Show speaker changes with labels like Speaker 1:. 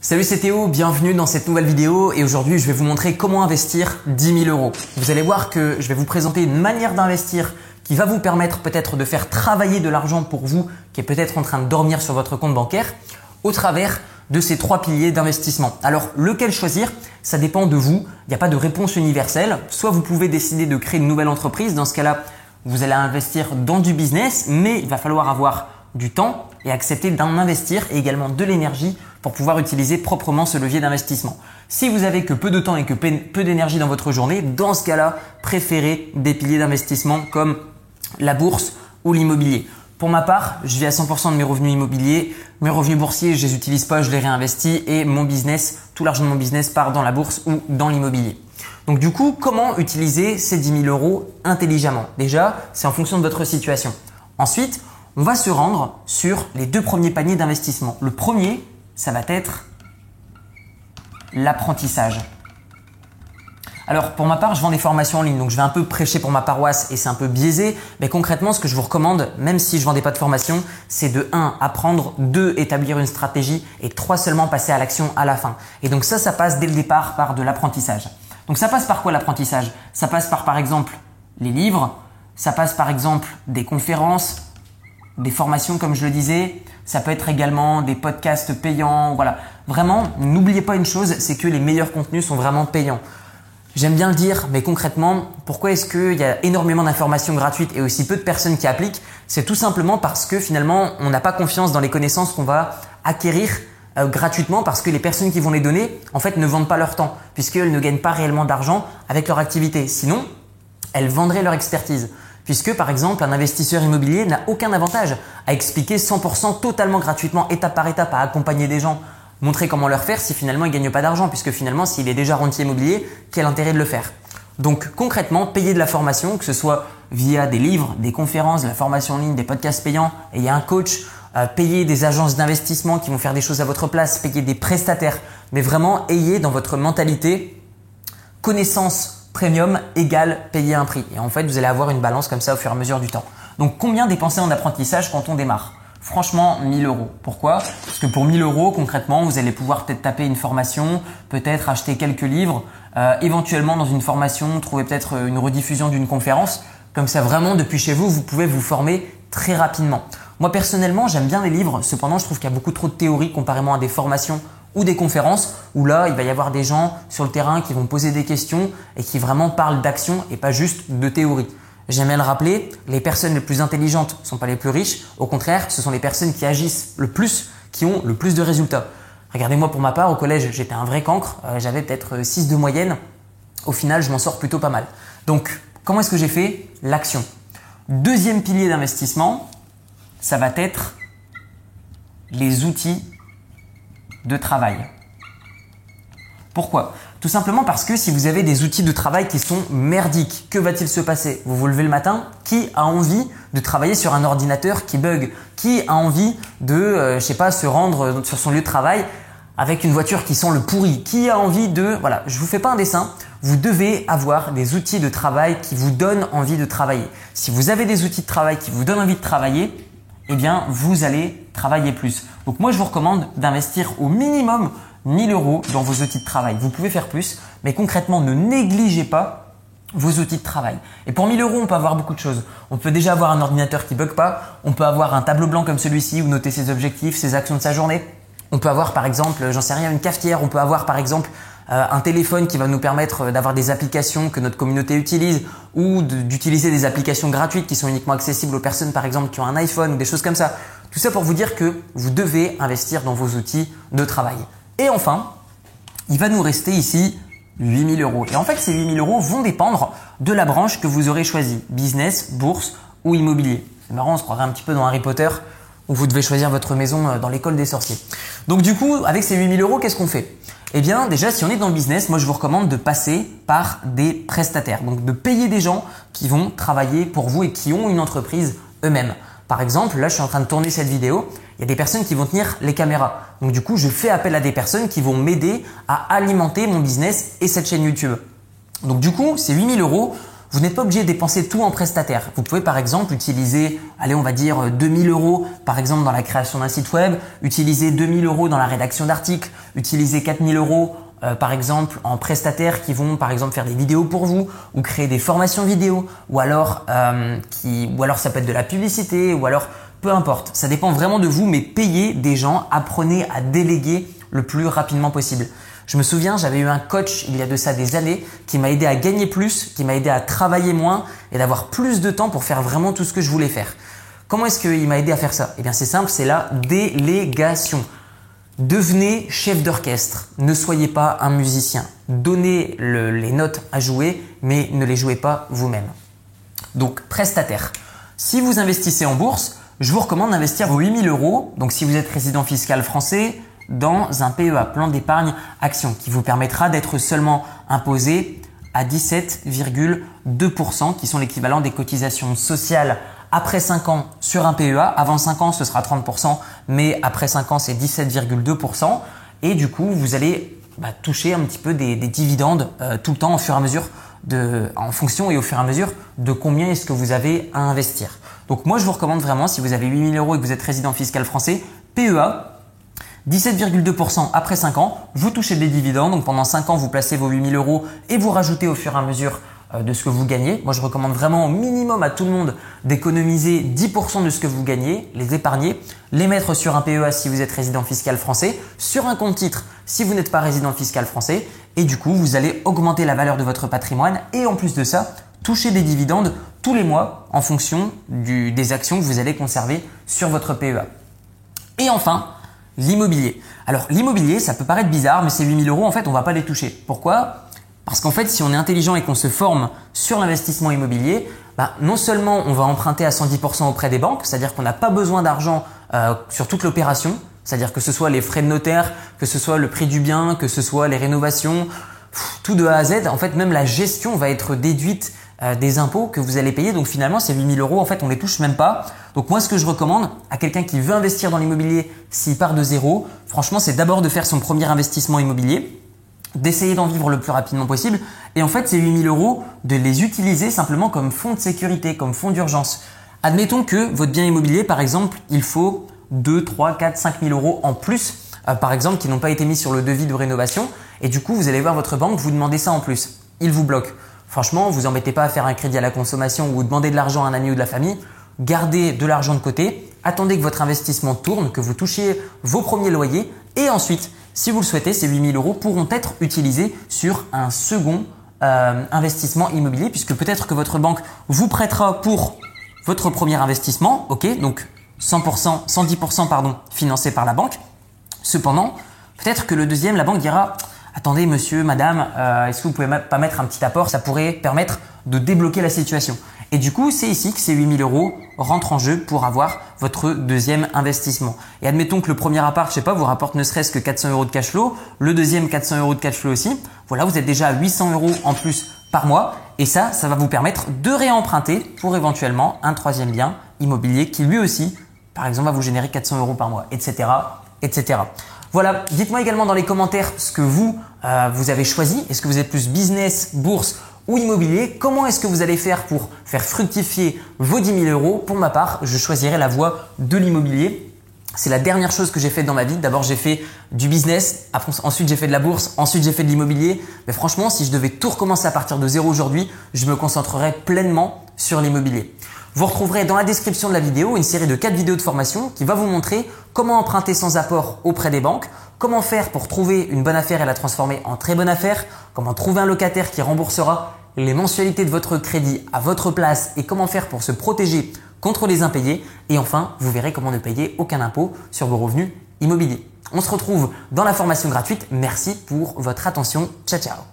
Speaker 1: Salut, c'est Théo, bienvenue dans cette nouvelle vidéo et aujourd'hui je vais vous montrer comment investir 10 000 euros. Vous allez voir que je vais vous présenter une manière d'investir qui va vous permettre peut-être de faire travailler de l'argent pour vous qui est peut-être en train de dormir sur votre compte bancaire au travers de ces 3 piliers d'investissement. Alors lequel choisir? Ça dépend de vous, il n'y a pas de réponse universelle. Soit vous pouvez décider de créer une nouvelle entreprise, dans ce cas-là vous allez investir dans du business mais il va falloir avoir du temps et accepter d'en investir et également de l'énergie pour pouvoir utiliser proprement ce levier d'investissement. Si vous avez que peu de temps et que peu d'énergie dans votre journée, dans ce cas-là, préférez des piliers d'investissement comme la bourse ou l'immobilier. Pour ma part, je vis à 100% de mes revenus immobiliers. Mes revenus boursiers, je les utilise pas, je les réinvestis et mon business, tout l'argent de mon business part dans la bourse ou dans l'immobilier. Donc du coup, comment utiliser ces 10 000 euros intelligemment? Déjà, c'est en fonction de votre situation. Ensuite, on va se rendre sur les 2 premiers paniers d'investissement. Le premier, ça va être l'apprentissage. Alors pour ma part, je vends des formations en ligne, donc je vais un peu prêcher pour ma paroisse et c'est un peu biaisé. Mais concrètement, ce que je vous recommande, même si je ne vendais pas de formation, c'est de 1. Apprendre, 2. Établir une stratégie et 3. Seulement passer à l'action à la fin. Et donc ça passe dès le départ par de l'apprentissage. Donc ça passe par quoi l'apprentissage? Ça passe par exemple les livres, ça passe par exemple des conférences, des formations comme je le disais, ça peut être également des podcasts payants, voilà. Vraiment, n'oubliez pas une chose, c'est que les meilleurs contenus sont vraiment payants. J'aime bien le dire, mais concrètement, pourquoi est-ce qu'il y a énormément d'informations gratuites et aussi peu de personnes qui appliquent? C'est tout simplement parce que finalement, on n'a pas confiance dans les connaissances qu'on va acquérir gratuitement parce que les personnes qui vont les donner, en fait, ne vendent pas leur temps puisqu'elles ne gagnent pas réellement d'argent avec leur activité. Sinon, elles vendraient leur expertise. Puisque par exemple, un investisseur immobilier n'a aucun avantage à expliquer 100% totalement gratuitement, étape par étape, à accompagner des gens, montrer comment leur faire si finalement il ne gagne pas d'argent. Puisque finalement, s'il est déjà rentier immobilier, quel intérêt de le faire? Donc concrètement, payer de la formation, que ce soit via des livres, des conférences, de la formation en ligne, des podcasts payants, et il y a un coach, payer des agences d'investissement qui vont faire des choses à votre place, payer des prestataires. Mais vraiment, ayez dans votre mentalité connaissance premium égale payer un prix. Et en fait, vous allez avoir une balance comme ça au fur et à mesure du temps. Donc, combien dépenser en apprentissage quand on démarre? Franchement, 1000 euros. Pourquoi? Parce que pour 1000 euros, concrètement, vous allez pouvoir peut-être taper une formation, peut-être acheter quelques livres, éventuellement dans une formation, trouver peut-être une rediffusion d'une conférence. Comme ça, vraiment, depuis chez vous, vous pouvez vous former très rapidement. Moi, personnellement, j'aime bien les livres. Cependant, je trouve qu'il y a beaucoup trop de théorie comparément à des formations ou des conférences où là, il va y avoir des gens sur le terrain qui vont poser des questions et qui vraiment parlent d'action et pas juste de théorie. J'aime bien le rappeler, les personnes les plus intelligentes ne sont pas les plus riches. Au contraire, ce sont les personnes qui agissent le plus, qui ont le plus de résultats. Regardez-moi pour ma part, au collège, j'étais un vrai cancre. J'avais peut-être 6 de moyenne. Au final, je m'en sors plutôt pas mal. Donc, comment est-ce que j'ai fait? L'action. Deuxième pilier d'investissement, ça va être les outils de travail. Pourquoi? Tout simplement parce que si vous avez des outils de travail qui sont merdiques, que va-t-il se passer? Vous vous levez le matin, qui a envie de travailler sur un ordinateur qui bug? Qui a envie de, se rendre sur son lieu de travail avec une voiture qui sent le pourri? Qui a envie de… Voilà, je vous fais pas un dessin. Vous devez avoir des outils de travail qui vous donnent envie de travailler. Si vous avez des outils de travail qui vous donnent envie de travailler, eh bien, vous allez travailler plus. Donc moi, je vous recommande d'investir au minimum 1000 euros dans vos outils de travail. Vous pouvez faire plus, mais concrètement, ne négligez pas vos outils de travail. Et pour 1000 euros, on peut avoir beaucoup de choses. On peut déjà avoir un ordinateur qui ne bug pas. On peut avoir un tableau blanc comme celui-ci où noter ses objectifs, ses actions de sa journée. On peut avoir par exemple, j'en sais rien, une cafetière. On peut avoir par exemple un téléphone qui va nous permettre d'avoir des applications que notre communauté utilise ou d'utiliser des applications gratuites qui sont uniquement accessibles aux personnes par exemple qui ont un iPhone ou des choses comme ça. Tout ça pour vous dire que vous devez investir dans vos outils de travail. Et enfin, il va nous rester ici 8 000 euros. Et en fait, ces 8 000 euros vont dépendre de la branche que vous aurez choisie. Business, bourse ou immobilier. C'est marrant, on se croirait un petit peu dans Harry Potter où vous devez choisir votre maison dans l'école des sorciers. Donc du coup, avec ces 8 000 euros, qu'est-ce qu'on fait? Eh bien, déjà, si on est dans le business, moi, je vous recommande de passer par des prestataires. Donc, de payer des gens qui vont travailler pour vous et qui ont une entreprise eux-mêmes. Par exemple, là, je suis en train de tourner cette vidéo. Il y a des personnes qui vont tenir les caméras. Donc, du coup, je fais appel à des personnes qui vont m'aider à alimenter mon business et cette chaîne YouTube. Donc, du coup, ces 8 000 euros, Vous n'êtes pas obligé de dépenser tout en prestataire. Vous pouvez par exemple utiliser, allez on va dire 2000 € par exemple dans la création d'un site web, utiliser 2000 € dans la rédaction d'articles, utiliser 4000 € par exemple en prestataires qui vont par exemple faire des vidéos pour vous ou créer des formations vidéo ou alors ça peut être de la publicité ou alors peu importe. Ça dépend vraiment de vous mais payez des gens, apprenez à déléguer le plus rapidement possible. Je me souviens, j'avais eu un coach il y a de ça des années qui m'a aidé à gagner plus, qui m'a aidé à travailler moins et d'avoir plus de temps pour faire vraiment tout ce que je voulais faire. Comment est-ce qu'il m'a aidé à faire ça? Eh bien c'est simple, c'est la délégation. Devenez chef d'orchestre, ne soyez pas un musicien. Donnez les notes à jouer, mais ne les jouez pas vous-même. Donc prestataire. Si vous investissez en bourse, je vous recommande d'investir vos 8000 €, donc si vous êtes résident fiscal français, dans un PEA, plan d'épargne action, qui vous permettra d'être seulement imposé à 17,2%, qui sont l'équivalent des cotisations sociales après 5 ans sur un PEA. Avant 5 ans, ce sera 30%, mais après 5 ans, c'est 17,2%. Et du coup, vous allez toucher un petit peu des dividendes tout le temps au fur et à mesure en fonction et au fur et à mesure de combien est-ce que vous avez à investir. Donc moi, je vous recommande vraiment, si vous avez 8000 € et que vous êtes résident fiscal français, PEA, 17,2% après 5 ans, vous touchez des dividendes. Donc pendant 5 ans, vous placez vos 8000 € et vous rajoutez au fur et à mesure de ce que vous gagnez. Moi, je recommande vraiment au minimum à tout le monde d'économiser 10% de ce que vous gagnez, les épargner, les mettre sur un PEA si vous êtes résident fiscal français, sur un compte titre si vous n'êtes pas résident fiscal français. Et du coup, vous allez augmenter la valeur de votre patrimoine et en plus de ça, toucher des dividendes tous les mois en fonction des actions que vous allez conserver sur votre PEA. Et enfin, l'immobilier. Alors l'immobilier, ça peut paraître bizarre, mais ces 8000 € en fait, on va pas les toucher. Pourquoi? Parce qu'en fait, si on est intelligent et qu'on se forme sur l'investissement immobilier, non seulement on va emprunter à 110% auprès des banques, c'est-à-dire qu'on n'a pas besoin d'argent sur toute l'opération, c'est-à-dire que ce soit les frais de notaire, que ce soit le prix du bien, que ce soit les rénovations, tout de A à Z. En fait, même la gestion va être déduite des impôts que vous allez payer. Donc finalement, ces 8000 € en fait, on les touche même pas. Donc moi, ce que je recommande à quelqu'un qui veut investir dans l'immobilier s'il part de zéro, franchement, c'est d'abord de faire son premier investissement immobilier, d'essayer d'en vivre le plus rapidement possible et en fait, ces 8000 € de les utiliser simplement comme fonds de sécurité, comme fonds d'urgence. Admettons que votre bien immobilier, par exemple, il faut 2, 3, 4, 5000 € en plus, par exemple, qui n'ont pas été mis sur le devis de rénovation et du coup, vous allez voir votre banque, vous demandez ça en plus. Il vous bloque. Franchement, vous embêtez pas à faire un crédit à la consommation ou demander de l'argent à un ami ou de la famille. Gardez de l'argent de côté, attendez que votre investissement tourne, que vous touchiez vos premiers loyers et ensuite, si vous le souhaitez, ces 8000 € pourront être utilisés sur un second investissement immobilier puisque peut-être que votre banque vous prêtera pour votre premier investissement, ok, donc 110% financé par la banque. Cependant, peut-être que le deuxième, la banque dira « Attendez monsieur, madame, est-ce que vous pouvez pas mettre un petit apport? Ça pourrait permettre de débloquer la situation. » Et du coup, c'est ici que ces 8000 € rentrent en jeu pour avoir votre deuxième investissement. Et admettons que le premier appart, je sais pas, vous rapporte ne serait-ce que 400 € de cash flow, le deuxième 400 € de cash flow aussi. Voilà, vous êtes déjà à 800 € en plus par mois. Et ça va vous permettre de réemprunter pour éventuellement un troisième bien immobilier qui lui aussi, par exemple, va vous générer 400 € par mois, etc., etc. Voilà, dites-moi également dans les commentaires ce que vous avez choisi. Est-ce que vous êtes plus business, bourse ou immobilier? Comment est-ce que vous allez faire pour faire fructifier vos 10 000 €? Pour ma part, je choisirai la voie de l'immobilier. C'est la dernière chose que j'ai faite dans ma vie. D'abord, j'ai fait du business, ensuite j'ai fait de la bourse, ensuite j'ai fait de l'immobilier. Mais franchement, si je devais tout recommencer à partir de zéro aujourd'hui, je me concentrerais pleinement sur l'immobilier. Vous retrouverez dans la description de la vidéo une série de 4 vidéos de formation qui va vous montrer comment emprunter sans apport auprès des banques, comment faire pour trouver une bonne affaire et la transformer en très bonne affaire, comment trouver un locataire qui remboursera les mensualités de votre crédit à votre place et comment faire pour se protéger contre les impayés. Et enfin, vous verrez comment ne payer aucun impôt sur vos revenus immobiliers. On se retrouve dans la formation gratuite. Merci pour votre attention. Ciao, ciao.